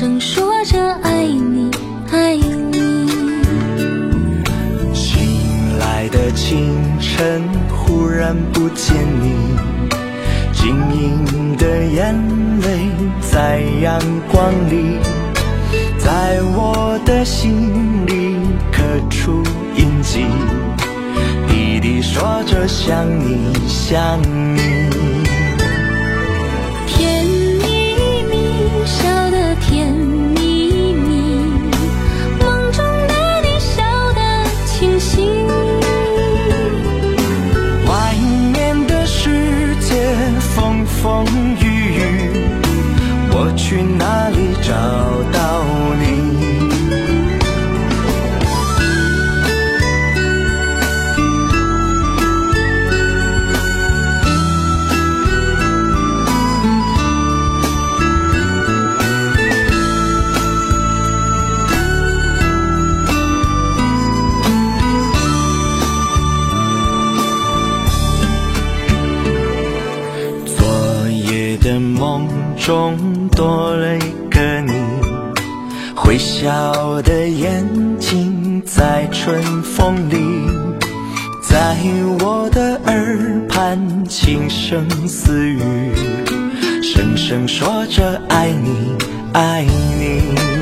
声说着爱你爱你。 醒来的清晨，忽然不见你，晶莹的眼泪在阳光里，在我的心里刻出印记，滴滴说着想你想你。 甜蜜蜜，笑得甜蜜蜜，梦中的你笑得清晰。 外面的世界风风雨雨，我去哪里找到你？的梦中多了一个你，微笑的眼睛在春风里，在我的耳畔轻声私语，声声说着爱你爱你。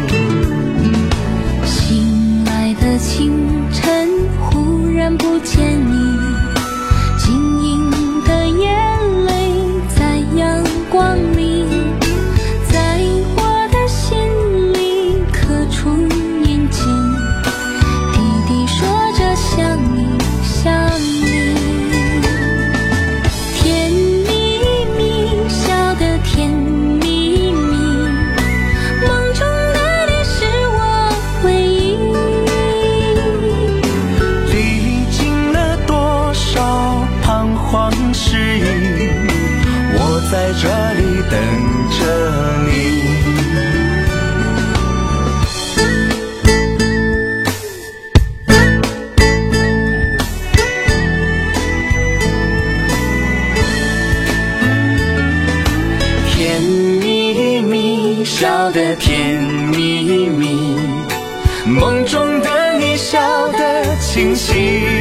醒来的清晨，忽然不见你，晶莹的眼泪在阳光里，在我的心里刻出印记，滴滴说着想你想你。甜蜜蜜，笑得甜蜜蜜，梦中的你是我唯一。 历经了多少彷徨失意，我在这里等着你。甜蜜蜜，笑得甜蜜蜜，梦中的你笑得清晰。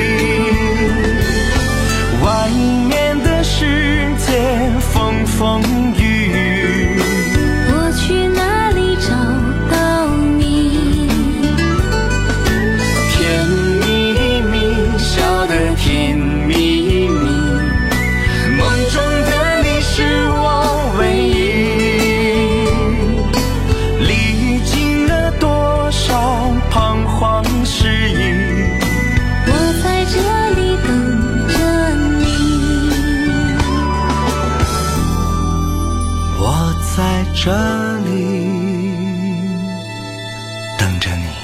外面的世界风风雨雨， 我去哪里找到你？ 甜蜜蜜，笑得甜蜜蜜，梦中的你是我唯一。历经了多少彷徨失意， 我在这里等着你， 我在这里等着你。